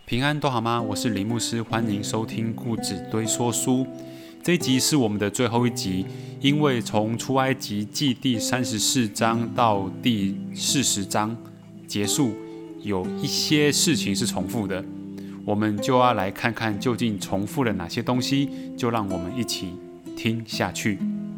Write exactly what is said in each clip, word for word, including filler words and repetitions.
平安都好吗？我是林牧师，欢迎收听故纸堆说书。这一集是我们的最后一集，因为从出埃及记第三十四章到第四十章结束，有一些事情是重复的，我们就要来看看究竟重复了哪些东西，就让我们一起听下去。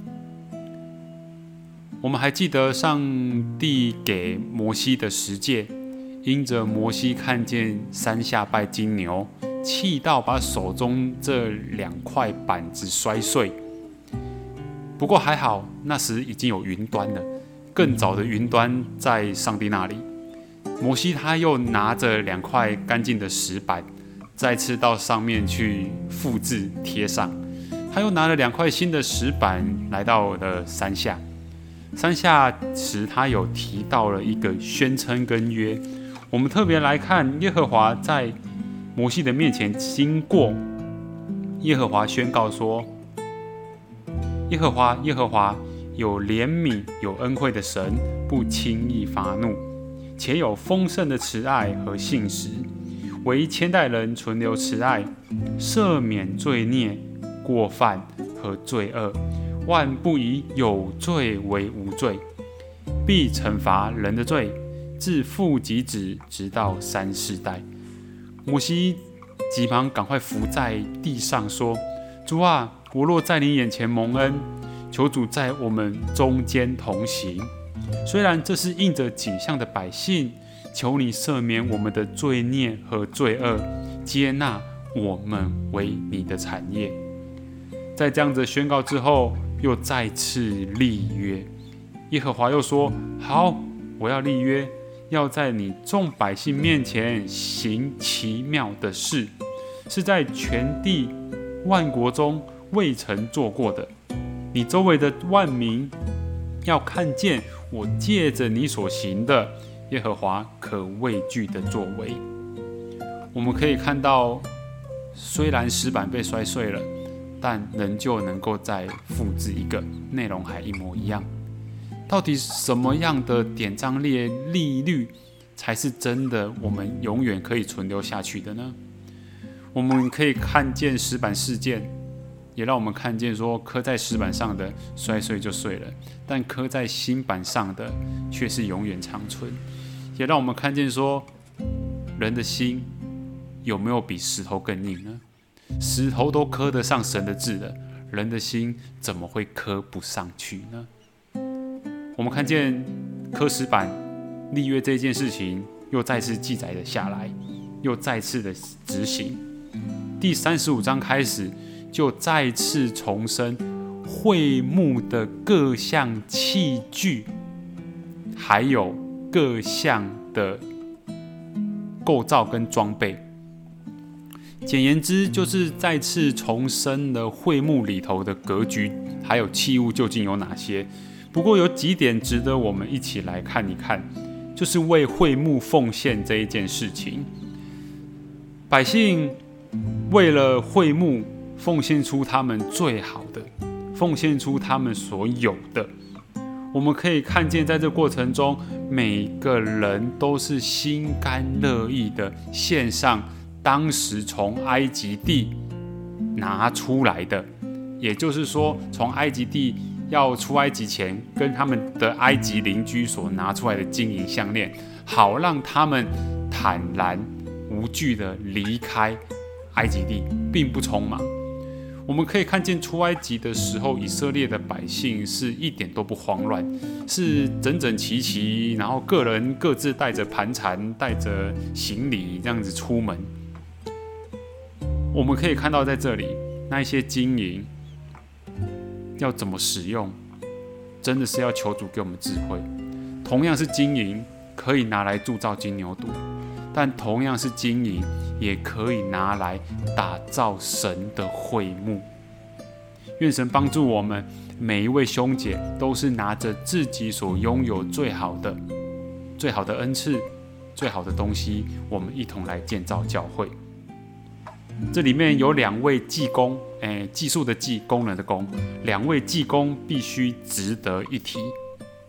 我们还记得上帝给摩西的十诫，因着摩西看见山下拜金牛，气到把手中这两块板子摔碎。不过还好，那时已经有云端了，更早的云端在上帝那里。摩西他又拿着两块干净的石板，再次到上面去复制贴上。他又拿了两块新的石板来到了山下。山下时，他有提到了一个宣称跟约。我们特别来看耶和华在摩西的面前经过，耶和华宣告说：耶和华，耶和华有怜悯、有恩惠的神，不轻易发怒，且有丰盛的慈爱和信实，为千代人存留慈爱，赦免罪孽、过犯和罪恶，万不以有罪为无罪，必惩罚人的罪，自父及子，直到三世代。摩西急忙赶快伏在地上说：主啊，我若在你眼前蒙恩，求主在我们中间同行。虽然这是应着景象的百姓，求你赦免我们的罪孽和罪恶，接纳我们为你的产业。在这样子宣告之后，又再次立约。耶和华又说：好，我要立约，要在你众百姓面前行奇妙的事，是在全地万国中未曾做过的。你周围的万民要看见我借着你所行的耶和华可畏惧的作为。我们可以看到，虽然石板被摔碎了，但仍旧能够再复制一个，内容还一模一样。到底什么样的典章列利率才是真的我们永远可以存留下去的呢？我们可以看见石板事件，也让我们看见说刻在石板上的摔碎就碎了，但刻在心板上的却是永远长存。也让我们看见说，人的心有没有比石头更硬呢？石头都刻得上神的字了，人的心怎么会刻不上去呢？我们看见刻石板立约这件事情又再次记载了下来，又再次的执行。第三十五章开始就再次重申会幕的各项器具，还有各项的构造跟装备。简言之，就是再次重申了会幕里头的格局，还有器物究竟有哪些。不过有几点值得我们一起来看一看，就是为会幕奉献这一件事情。百姓为了会幕奉献出他们最好的，奉献出他们所有的。我们可以看见在这过程中，每个人都是心甘乐意的献上当时从埃及地拿出来的，也就是说，从埃及地要出埃及前，跟他们的埃及邻居所拿出来的金银项链，好让他们坦然无惧的离开埃及地，并不匆忙。我们可以看见出埃及的时候，以色列的百姓是一点都不慌乱，是整整齐齐，然后个人各自带着盘缠、带着行李这样子出门。我们可以看到在这里，那一些金银要怎么使用，真的是要求主给我们智慧。同样是金银，可以拿来铸造金牛犊，但同样是金银，也可以拿来打造神的会幕。愿神帮助我们，每一位兄姐都是拿着自己所拥有最好的、最好的恩赐、最好的东西，我们一同来建造教会。这里面有两位技工，哎，技术的技，工人的工，两位技工必须值得一提。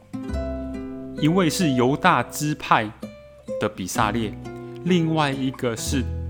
一位是犹大支派的比撒列，另外一个是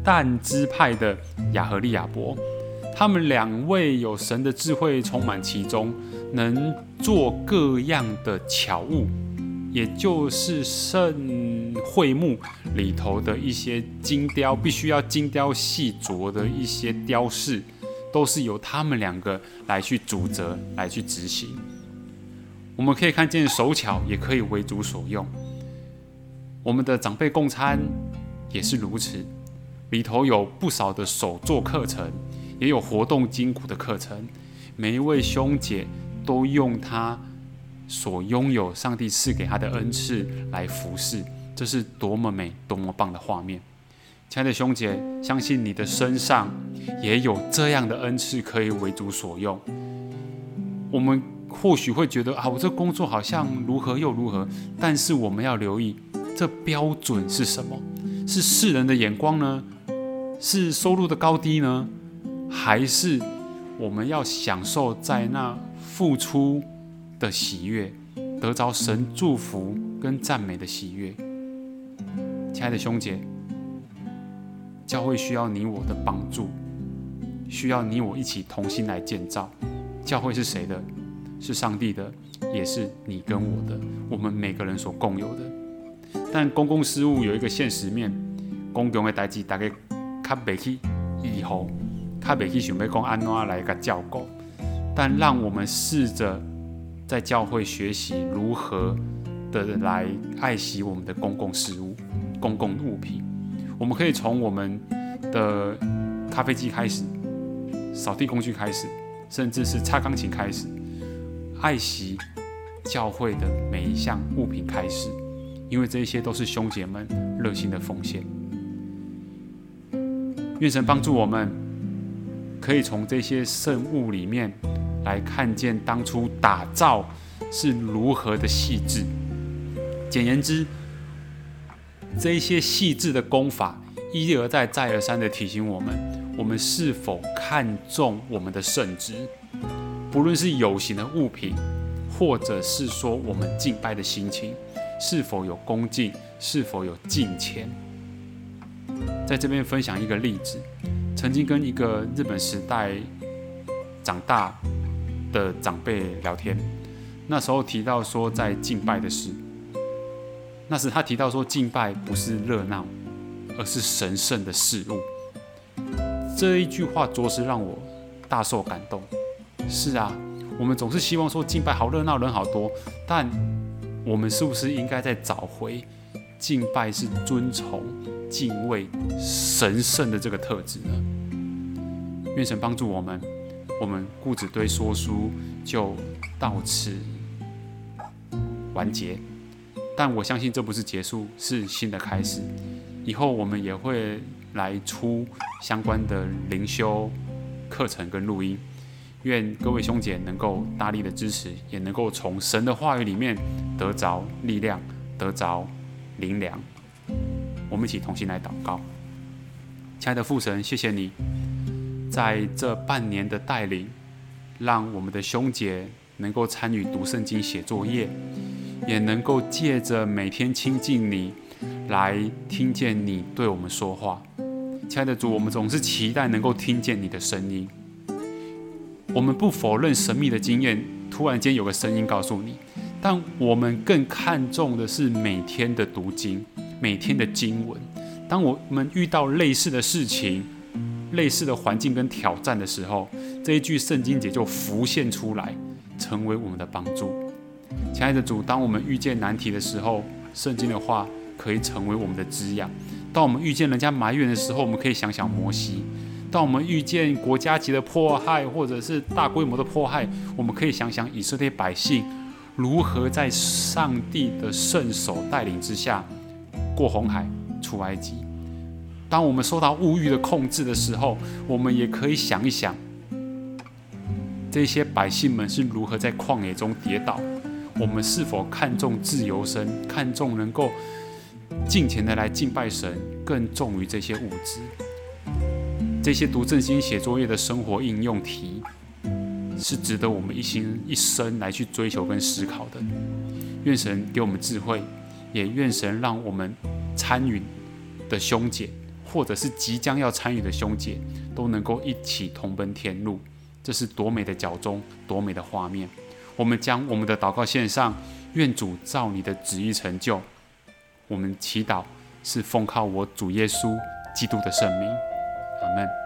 但支派的亚和利亚伯。他们两位有神的智慧充满其中，能做各样的巧物，也就是圣会幕里头的一些精雕，必须要精雕细琢的一些雕饰，都是由他们两个来去主责，来去执行。我们可以看见手巧也可以为主所用。我们的长辈共餐也是如此，里头有不少的手作课程，也有活动筋骨的课程。每一位兄姐都用他所拥有上帝赐给他的恩赐来服侍，这是多么美多么棒的画面。亲爱的兄姐，相信你的身上也有这样的恩赐可以为主所用。我们或许会觉得啊，我这工作好像如何又如何，但是我们要留意，这标准是什么？是世人的眼光呢？是收入的高低呢？还是我们要享受在那付出的喜悦，得着神祝福跟赞美的喜悦？亲爱的兄姐，教会需要你我的帮助，需要你我一起同心来建造。教会是谁的？是上帝的，也是你跟我的，我们每个人所共有的。但公共事务有一个现实面，公共的代志大家较袂去以后，较袂去想要讲安怎来甲照顾。但让我们试着在教会学习如何的来爱惜我们的公共事务、公共物品。我们可以从我们的咖啡机开始，扫地工具开始，甚至是擦钢琴开始，爱惜教会的每一项物品开始，因为这些都是兄姐们热心的奉献。愿神帮助我们，可以从这些圣物里面来看见当初打造是如何的细致。简言之，这一些细致的功法一而再再而三的提醒我们，我们是否看重我们的圣职，不论是有形的物品，或者是说我们敬拜的心情，是否有恭敬，是否有敬虔。在这边分享一个例子，曾经跟一个日本时代长大的长辈聊天，那时候提到说在敬拜的事，那时他提到说敬拜不是热闹，而是神圣的事物。这一句话着实让我大受感动。是啊，我们总是希望说敬拜好热闹，人好多，但我们是不是应该再找回敬拜是尊崇、敬畏、神圣的这个特质呢？愿神帮助我们，我们故纸堆说书就到此完结。但我相信这不是结束，是新的开始。以后我们也会来出相关的灵修课程跟录音。愿各位兄姐能够大力的支持，也能够从神的话语里面得着力量，得着灵粮。我们一起同心来祷告。亲爱的父神，谢谢你在这半年的带领，让我们的兄姐能够参与读圣经、写作业，也能够借着每天亲近你，来听见你对我们说话。亲爱的主，我们总是期待能够听见你的声音。我们不否认神秘的经验，突然间有个声音告诉你，但我们更看重的是每天的读经，每天的经文。当我们遇到类似的事情、类似的环境跟挑战的时候，这一句圣经节就浮现出来，成为我们的帮助。亲爱的主，当我们遇见难题的时候，圣经的话可以成为我们的滋养。当我们遇见人家埋怨的时候，我们可以想想摩西。当我们遇见国家级的迫害，或者是大规模的迫害，我们可以想想以色列百姓如何在上帝的圣手带领之下过红海出埃及。当我们受到物欲的控制的时候，我们也可以想一想，这些百姓们是如何在旷野中跌倒。我们是否看重自由身，看重能够敬虔的来敬拜神，更重于这些物质？这些读圣经、写作业的生活应用题，是值得我们一心一生来去追求跟思考的。愿神给我们智慧，也愿神让我们参与的兄姐或者是即将要参与的兄姐，都能够一起同奔天路。这是多美的脚中，多美的画面。我们将我们的祷告献上，愿主照你的旨意成就。我们祈祷是奉靠我主耶稣基督的圣名，阿们。